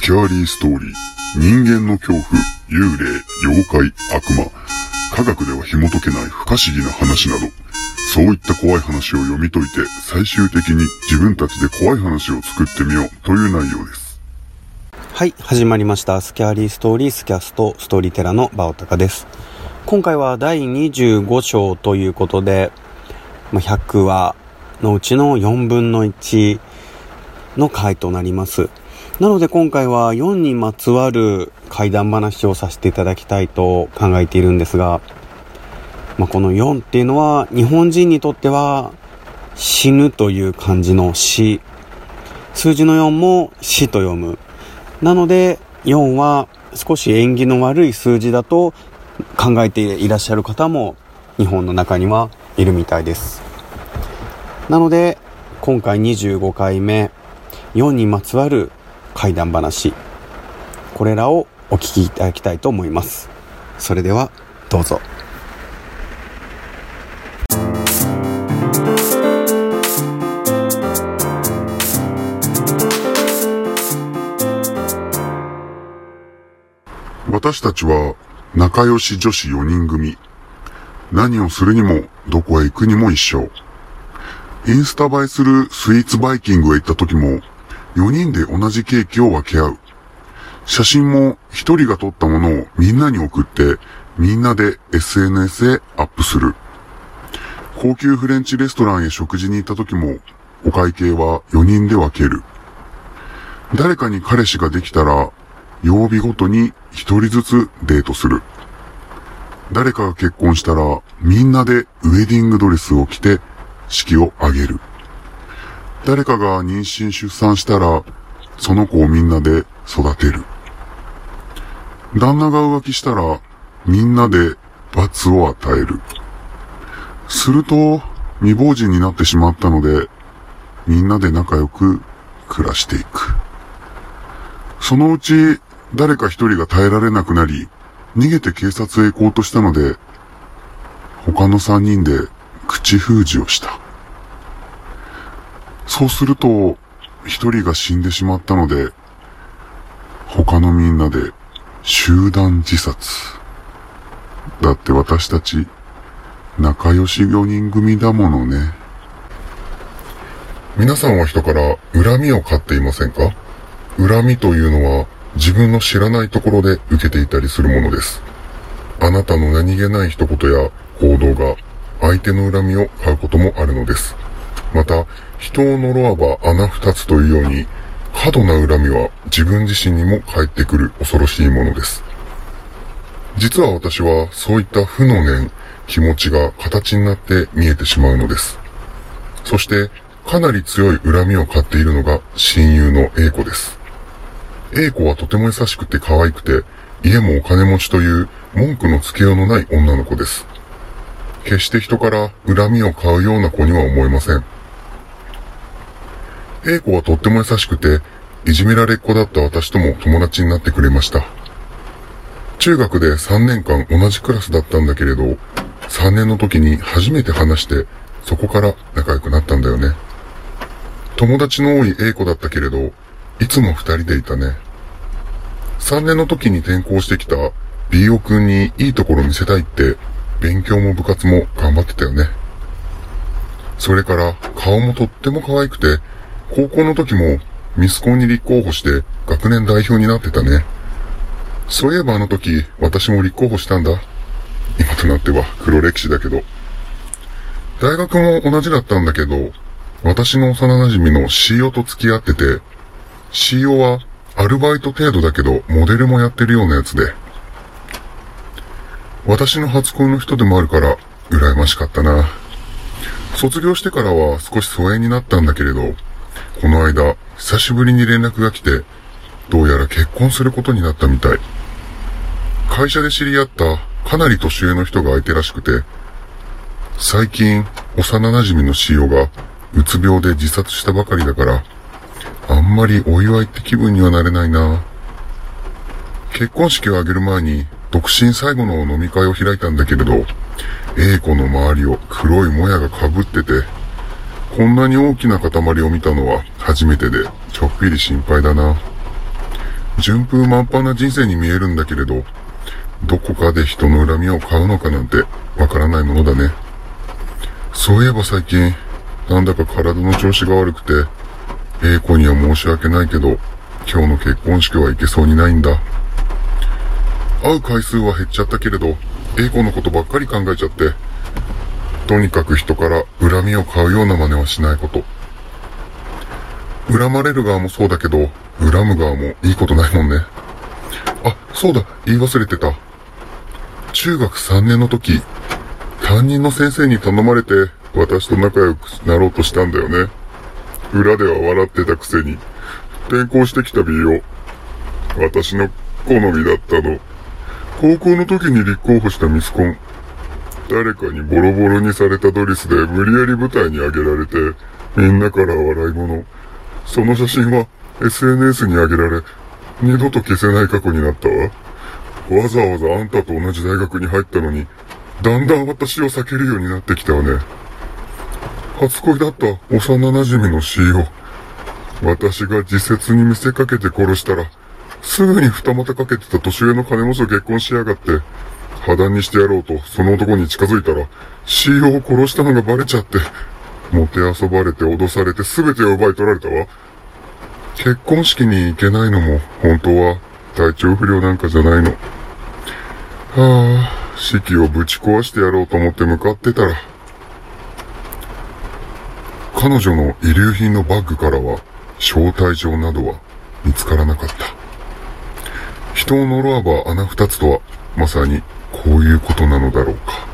キャーリーストーリー、人間の恐怖、幽霊、妖怪、悪魔、科学では紐解けない不可思議な話など、そういった怖い話を読み解いて、最終的に自分たちで怖い話を作ってみようという内容です。 はい、始まりました。スキャーリーストーリースキャストストーリーテラーのバオタカです。今回は第25章ということで、100話のうちの4分の1の回となります。なので今回は4にまつわる怪談話をさせていただきたいと考えているんですが、この4っていうのは日本人にとっては死ぬという漢字の死、数字の4も死と読む。なので4は少し縁起の悪い数字だと考えていらっしゃる方も日本の中にはいるみたいです。なので今回25回目、4にまつわる怪談話、これらをお聞きいただきたいと思います。それではどうぞ。 私たちは仲良し女子4人組。何をするにもどこへ行くにも一緒。インスタ映えするスイーツバイキングへ行った時も4人で同じケーキを分け合う。写真も1人が撮ったものをみんなに送ってみんなで SNS へアップする。高級フレンチレストランへ食事に行った時もお会計は4人で分ける。誰かに彼氏ができたら曜日ごとに1人ずつデートする。誰かが結婚したらみんなでウェディングドレスを着て式を挙げる。誰かが妊娠出産したらその子をみんなで育てる。旦那が浮気したらみんなで罰を与える。すると未亡人になってしまったのでみんなで仲良く暮らしていく。そのうち誰か一人が耐えられなくなり逃げて警察へ行こうとしたので他の3人で口封じをした。そうすると一人が死んでしまったので他のみんなで集団自殺。だって私たち仲良し4人組だものね。皆さんは人から恨みを買っていませんか？恨みというのは自分の知らないところで受けていたりするものです。あなたの何気ない一言や行動が相手の恨みを買うこともあるのです。また、人を呪わば穴二つというように、過度な恨みは自分自身にも返ってくる恐ろしいものです。実は私はそういった負の念、気持ちが形になって見えてしまうのです。そして、かなり強い恨みを買っているのが親友の A 子です。A 子はとても優しくて可愛くて、家もお金持ちという文句のつけようのない女の子です。決して人から恨みを買うような子には思えません。A 子はとっても優しくて、いじめられっ子だった私とも友達になってくれました。中学で3年間同じクラスだったんだけれど、3年の時に初めて話して、そこから仲良くなったんだよね。友達の多い A 子だったけれど、いつも2人でいたね。3年の時に転校してきた B オくんにいいところ見せたいって、勉強も部活も頑張ってたよね。それから顔もとっても可愛くて、高校の時もミスコンに立候補して学年代表になってたね。そういえばあの時私も立候補したんだ。今となっては黒歴史だけど。大学も同じだったんだけど、私の幼馴染の CO と付き合ってて、CO はアルバイト程度だけどモデルもやってるようなやつで、私の初恋の人でもあるから羨ましかったな。卒業してからは少し疎遠になったんだけれど、この間久しぶりに連絡が来て、どうやら結婚することになったみたい。会社で知り合ったかなり年上の人が相手らしくて、最近幼馴染の CO がうつ病で自殺したばかりだから、あんまりお祝いって気分にはなれないな。結婚式を挙げる前に独身最後の飲み会を開いたんだけれど、A 子の周りを黒いもやが被ってて、こんなに大きな塊を見たのは初めてでちょっぴり心配だな。 順風満帆な人生に見えるんだけれど、どこかで人の恨みを買うのかなんてわからないものだね。そういえば最近、なんだか体の調子が悪くて、A子には申し訳ないけど、今日の結婚式は行けそうにないんだ。会う回数は減っちゃったけれど、A子のことばっかり考えちゃって、とにかく人から恨みを買うような真似はしないこと。恨まれる側もそうだけど、恨む側もいいことないもんね。あ、そうだ、言い忘れてた。中学3年の時、担任の先生に頼まれて、私と仲良くなろうとしたんだよね。裏では笑ってたくせに、転校してきた美容。私の好みだったの。高校の時に立候補したミスコン。誰かにボロボロにされたドレスで無理やり舞台に上げられて、みんなから笑い物。その写真は SNS に上げられ、二度と消せない過去になったわ。わざわざあんたと同じ大学に入ったのに、だんだん私を避けるようになってきたわね。初恋だった幼馴染の CEO。私が自説に見せかけて殺したら、すぐに二股かけてた年上の金持ちと結婚しやがって、破談にしてやろうとその男に近づいたら、CEO を殺したのがバレちゃって、もてあそばれて脅されて全てを奪い取られたわ。結婚式に行けないのも本当は体調不良なんかじゃないの。式をぶち壊してやろうと思って向かってたら、彼女の遺留品のバッグからは招待状などは見つからなかった。人を呪わば穴二つとはまさにこういうことなのだろうか。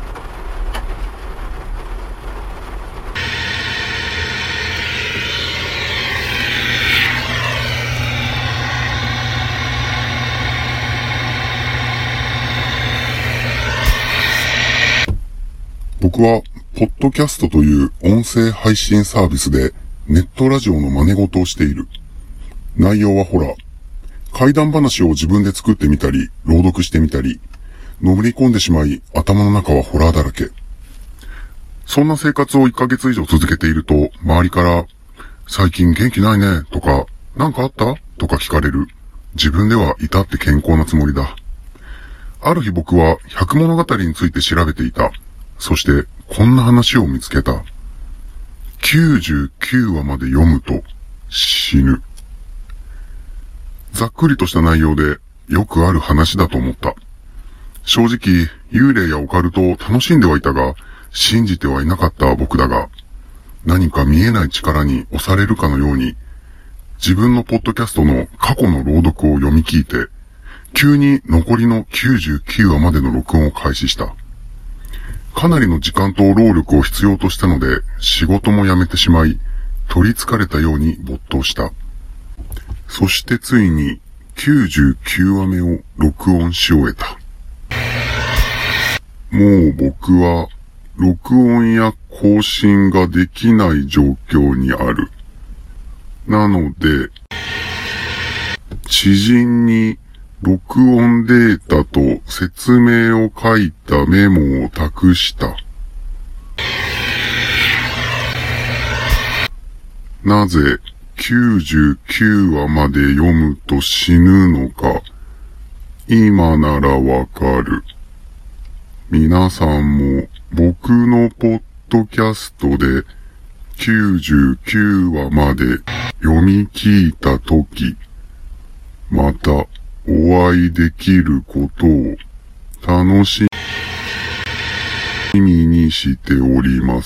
僕は、ポッドキャストという音声配信サービスでネットラジオの真似事をしている。内容はホラー。怪談話を自分で作ってみたり、朗読してみたり、のめり込んでしまい、頭の中はホラーだらけ。そんな生活を1ヶ月以上続けていると、周りから、最近元気ないね、とか、なんかあった?とか聞かれる。自分では至って健康なつもりだ。ある日僕は百物語について調べていた。そして、こんな話を見つけた。99話まで読むと死ぬ。ざっくりとした内容でよくある話だと思った。正直、幽霊やオカルトを楽しんではいたが、信じてはいなかった僕だが、何か見えない力に押されるかのように、自分のポッドキャストの過去の朗読を読み聞いて、急に残りの99話までの録音を開始した。かなりの時間と労力を必要としたので、仕事も辞めてしまい、取り憑かれたように没頭した。そしてついに99話目を録音し終えた。もう僕は録音や更新ができない状況にある。なので、知人に録音データと説明を書いたメモを託した。なぜ99話まで読むと死ぬのか、今ならわかる。皆さんも僕のポッドキャストで99話まで読み聞いたとき、またお会いできることを楽しみにしております。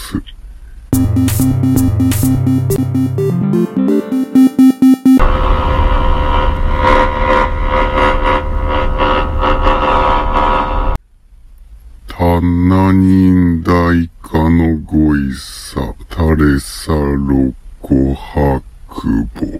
棚人大家のごいさ、タレサロコ白母。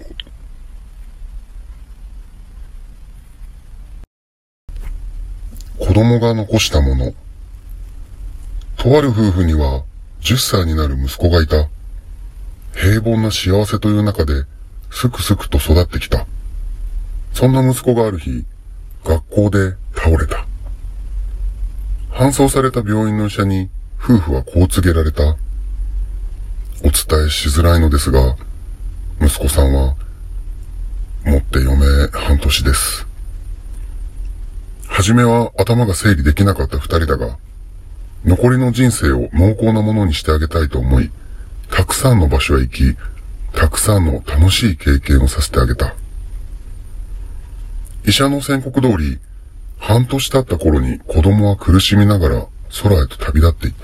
子供が残したもの。とある夫婦には10歳になる息子がいた。平凡な幸せという中ですくすくと育ってきた。そんな息子がある日、学校で倒れた。搬送された病院の医者に夫婦はこう告げられた。お伝えしづらいのですが、息子さんはもっって余命半年です。はじめは頭が整理できなかった二人だが、残りの人生を濃厚なものにしてあげたいと思い、たくさんの場所へ行き、たくさんの楽しい経験をさせてあげた。医者の宣告通り、半年経った頃に子供は苦しみながら空へと旅立っていった。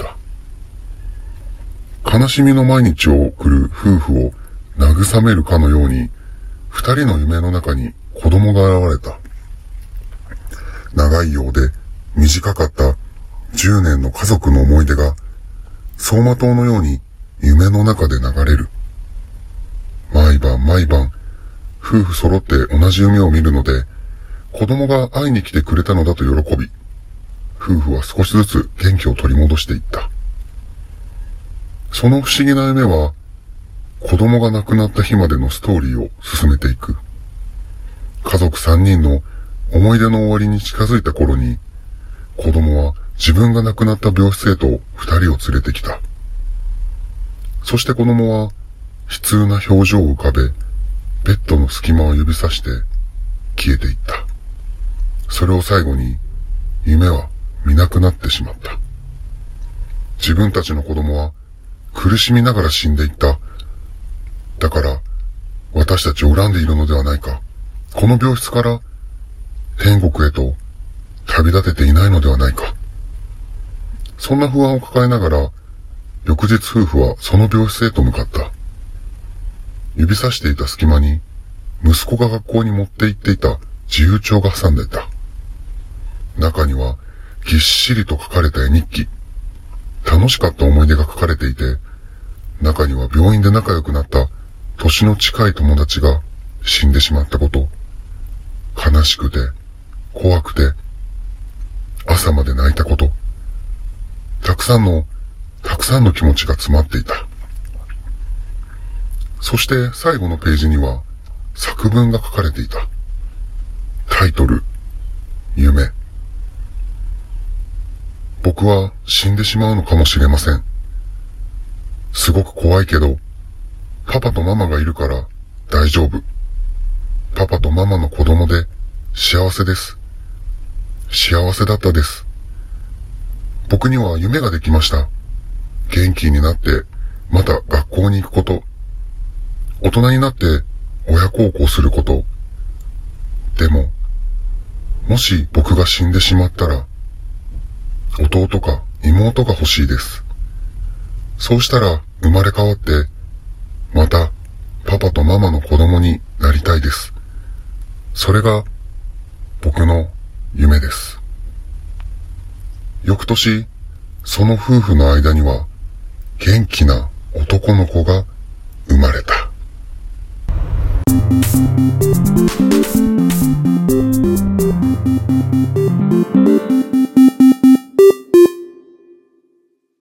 悲しみの毎日を送る夫婦を慰めるかのように、二人の夢の中に子供が現れた。長いようで短かった10年の家族の思い出が、走馬灯のように夢の中で流れる。毎晩毎晩、夫婦揃って同じ夢を見るので、子供が会いに来てくれたのだと喜び、夫婦は少しずつ元気を取り戻していった。その不思議な夢は、子供が亡くなった日までのストーリーを進めていく。家族3人の思い出の終わりに近づいた頃に、子供は自分が亡くなった病室へと2人を連れてきた。そして子供は悲痛な表情を浮かべ、ベッドの隙間を指さして消えていった。それを最後に夢は見なくなってしまった。自分たちの子供は苦しみながら死んでいった。だから私たちを恨んでいるのではないか。この病室から天国へと旅立てていないのではないか。そんな不安を抱えながら、翌日夫婦はその病室へと向かった。指さしていた隙間に、息子が学校に持って行っていた自由帳が挟んでいた。中にはぎっしりと書かれた絵日記。楽しかった思い出が書かれていて、中には病院で仲良くなった年の近い友達が死んでしまったこと。悲しくて、怖くて、朝まで泣いたこと。たくさんの気持ちが詰まっていた。そして最後のページには作文が書かれていた。タイトル、夢。僕は死んでしまうのかもしれません。すごく怖いけど、パパとママがいるから大丈夫。パパとママの子供で幸せです。幸せだったです。僕には夢ができました。元気になってまた学校に行くこと。大人になって親孝行すること。でも、もし僕が死んでしまったら、弟か妹が欲しいです。そうしたら生まれ変わって、またパパとママの子供になりたいです。それが僕の夢です。翌年、その夫婦の間には元気な男の子が生まれた。